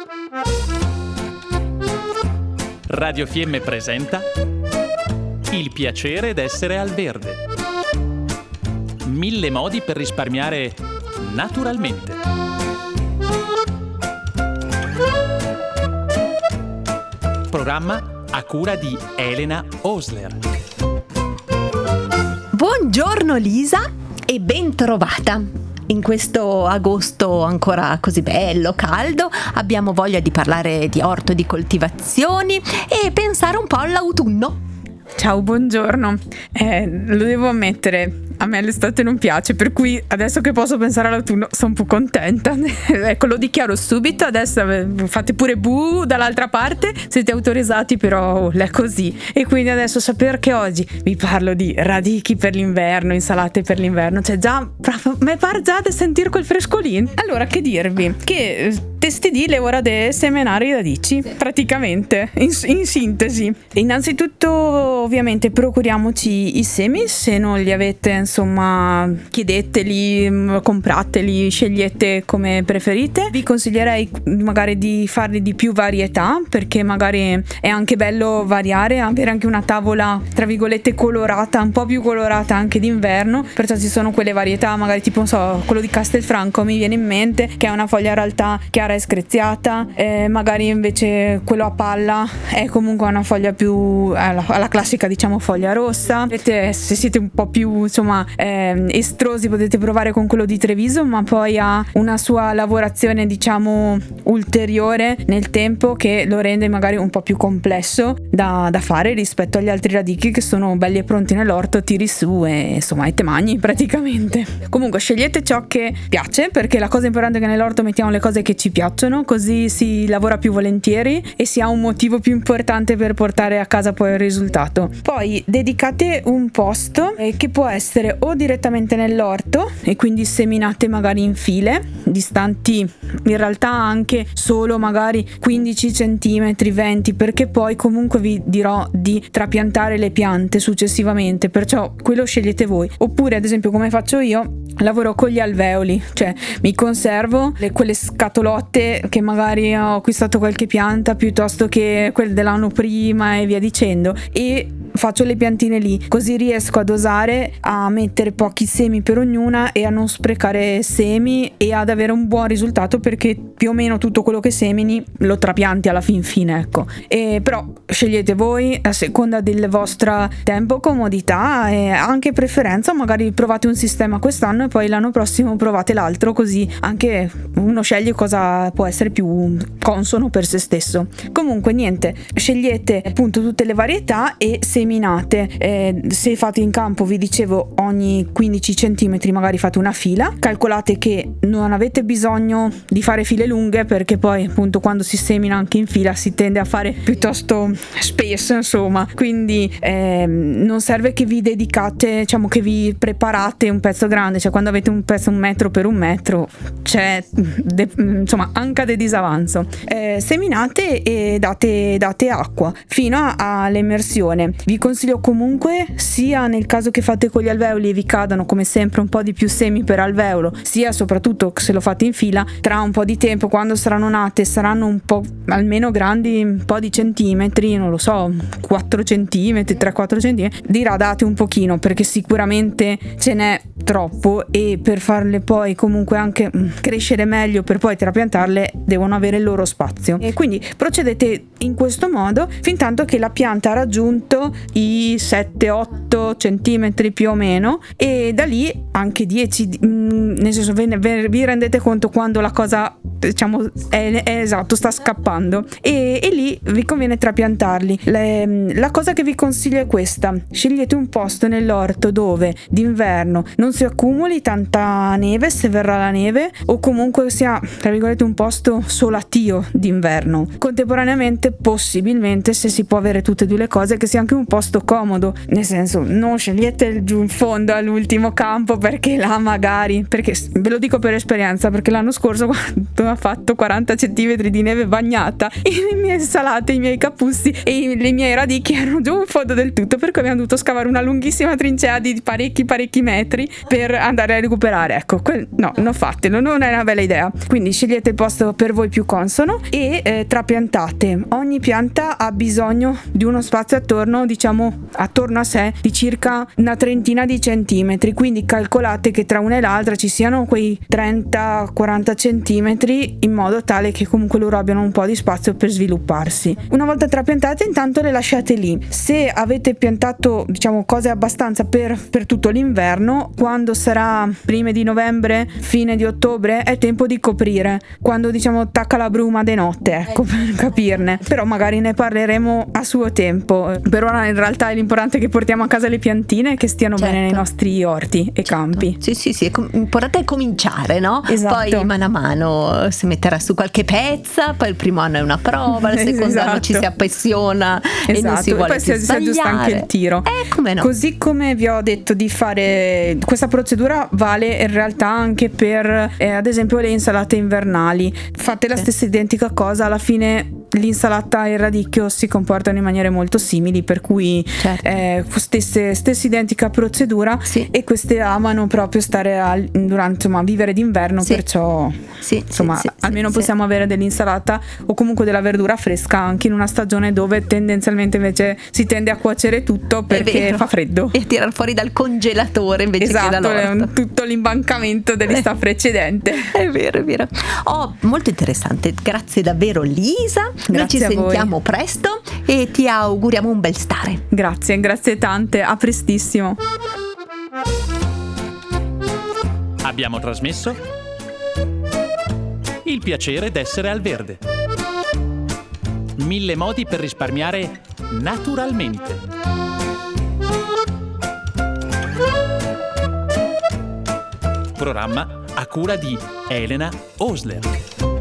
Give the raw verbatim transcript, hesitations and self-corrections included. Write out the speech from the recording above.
Radio Fiemme presenta Il piacere d'essere al verde. Mille modi per risparmiare naturalmente. Programma a cura di Elena Osler. Buongiorno Lisa e ben trovata. In questo agosto ancora così bello, caldo, abbiamo voglia di parlare di orto, di coltivazioni e pensare un po' all'autunno. Ciao, buongiorno. Eh, lo devo ammettere, a me l'estate non piace, per cui adesso che posso pensare all'autunno sono un po' contenta. Ecco, lo dichiaro subito, adesso fate pure bu dall'altra parte, siete autorizzati, però è così. E quindi adesso saper che oggi vi parlo di radichi per l'inverno, insalate per l'inverno, cioè già, mi pare già di sentire quel frescolino. Allora, che dirvi? Che testi di le ora de seminare i radici, praticamente, in, in sintesi. Innanzitutto, ovviamente, procuriamoci i semi, se non li avete, insomma, chiedeteli, comprateli, scegliete come preferite. Vi consiglierei magari di farli di più varietà, perché magari è anche bello variare, avere anche una tavola, tra virgolette, colorata, un po' più colorata anche d'inverno, perciò ci sono quelle varietà, magari tipo, non so, quello di Castelfranco mi viene in mente, che è una foglia in realtà chiara e screziata, eh, magari invece quello a palla è comunque una foglia più alla, alla classica, diciamo, foglia rossa. Vedete, se siete un po' più, insomma, eh, estrosi, potete provare con quello di Treviso, ma poi ha una sua lavorazione, diciamo, ulteriore nel tempo, che lo rende magari un po' più complesso da, da fare rispetto agli altri radichi che sono belli e pronti nell'orto, tiri su e insomma e te magni praticamente. Comunque scegliete ciò che piace, perché la cosa importante è che nell'orto mettiamo le cose che ci piacciono, così si lavora più volentieri e si ha un motivo più importante per portare a casa poi il risultato. Poi dedicate un posto eh, che può essere o direttamente nell'orto, e quindi seminate magari in file distanti in realtà anche solo magari quindici centimetri, venti, perché poi comunque vi dirò di trapiantare le piante successivamente, perciò quello scegliete voi. Oppure, ad esempio, come faccio io, lavoro con gli alveoli, cioè mi conservo le, quelle scatolotte che magari ho acquistato qualche pianta piuttosto che quelle dell'anno prima e via dicendo, e faccio le piantine lì, così riesco a dosare, a mettere pochi semi per ognuna e a non sprecare semi e ad avere un buon risultato, perché più o meno tutto quello che semini lo trapianti alla fin fine, ecco. E però scegliete voi a seconda del vostro tempo, comodità e anche preferenza. Magari provate un sistema quest'anno e poi l'anno prossimo provate l'altro, così anche uno sceglie cosa può essere più consono per se stesso. Comunque niente, scegliete appunto tutte le varietà e seminate. Eh, se fate in campo, vi dicevo, ogni quindici centimetri magari fate una fila. Calcolate che non avete bisogno di fare file lunghe, perché poi appunto quando si semina anche in fila si tende a fare piuttosto spesso, insomma, quindi eh, non serve che vi dedicate, diciamo che vi preparate un pezzo grande, cioè quando avete un pezzo un metro per un metro c'è de, insomma anche de disavanzo. Eh, seminate e date, date acqua fino a, all'emersione. Vi consiglio comunque, sia nel caso che fate con gli alveoli e vi cadano come sempre un po' di più semi per alveolo, sia soprattutto se lo fate in fila, tra un po' di tempo, quando saranno nate, saranno un po' almeno grandi un po' di centimetri, non lo so, quattro centimetri, tre quattro centimetri, diradate un pochino, perché sicuramente ce n'è troppo, e per farle poi comunque anche crescere meglio, per poi trapiantarle, devono avere il loro spazio. E quindi procedete in questo modo fin tanto che la pianta ha raggiunto i sette otto centimetri più o meno, e da lì anche dieci, nel senso ve, vi rendete conto quando la cosa, diciamo, è, è esatto, sta scappando, e, e lì vi conviene trapiantarli. Le, la cosa che vi consiglio è questa: scegliete un posto nell'orto dove d'inverno non si accumuli tanta neve, se verrà la neve, o comunque sia, tra virgolette, un posto solatio d'inverno. Contemporaneamente, possibilmente, se si può avere tutte e due le cose, che sia anche un posto comodo, nel senso, non scegliete giù in fondo all'ultimo campo, perché là magari, perché ve lo dico per esperienza, perché l'anno scorso quando ha fatto quaranta centimetri di neve bagnata, e le mie insalate, i miei capussi e le mie radiche erano giù in fondo del tutto, per cui abbiamo dovuto scavare una lunghissima trincea di parecchi parecchi metri per andare a recuperare. Ecco, quel, no, non fatelo, non è una bella idea. Quindi scegliete il posto per voi più consono e eh, trapiantate. Ogni pianta ha bisogno di uno spazio attorno, diciamo attorno a sé, di circa una trentina di centimetri, quindi calcolate che tra una e l'altra ci siano quei trenta quaranta centimetri, in modo tale che comunque loro abbiano un po' di spazio per svilupparsi. Una volta trapiantate, intanto le lasciate lì. Se avete piantato, diciamo, cose abbastanza per, per tutto l'inverno, quando sarà prime di novembre, fine di ottobre, è tempo di coprire, quando diciamo attacca la bruma de notte, ecco, per capirne. Però magari ne parleremo a suo tempo. Per ora in realtà è l'importante che portiamo a casa le piantine e che stiano certo. bene nei nostri orti e campi. Sì, sì, sì, l'importante è cominciare, no? Esatto. Poi mano a mano si metterà su qualche pezza, poi il primo anno è una prova, il secondo esatto. anno ci si appassiona esatto. e non si vuole e poi più si, si aggiusta anche il tiro. Eh, come no? Così come vi ho detto di fare questa procedura, vale in realtà anche per eh, ad esempio le insalate invernali. Fate la stessa identica cosa, alla fine l'insalata e il radicchio si comportano in maniere molto simili, per cui certo. eh, stesse, stessa identica procedura, sì. E queste amano proprio stare al, durante, insomma, vivere d'inverno, sì. Perciò sì, insomma sì, sì, almeno sì, possiamo sì. avere dell'insalata o comunque della verdura fresca anche in una stagione dove tendenzialmente invece si tende a cuocere tutto perché fa freddo e tirar fuori dal congelatore invece esatto, che dall'orto. È un, tutto l'imbancamento dell'estate precedente. È vero, è vero. Oh, molto interessante, grazie davvero Lisa. Grazie. Noi ci a sentiamo voi. presto e ti auguriamo un bel stare. Grazie, grazie tante, a prestissimo. Abbiamo trasmesso Il piacere d'essere al verde. Mille modi per risparmiare naturalmente. Programma a cura di Elena Osler.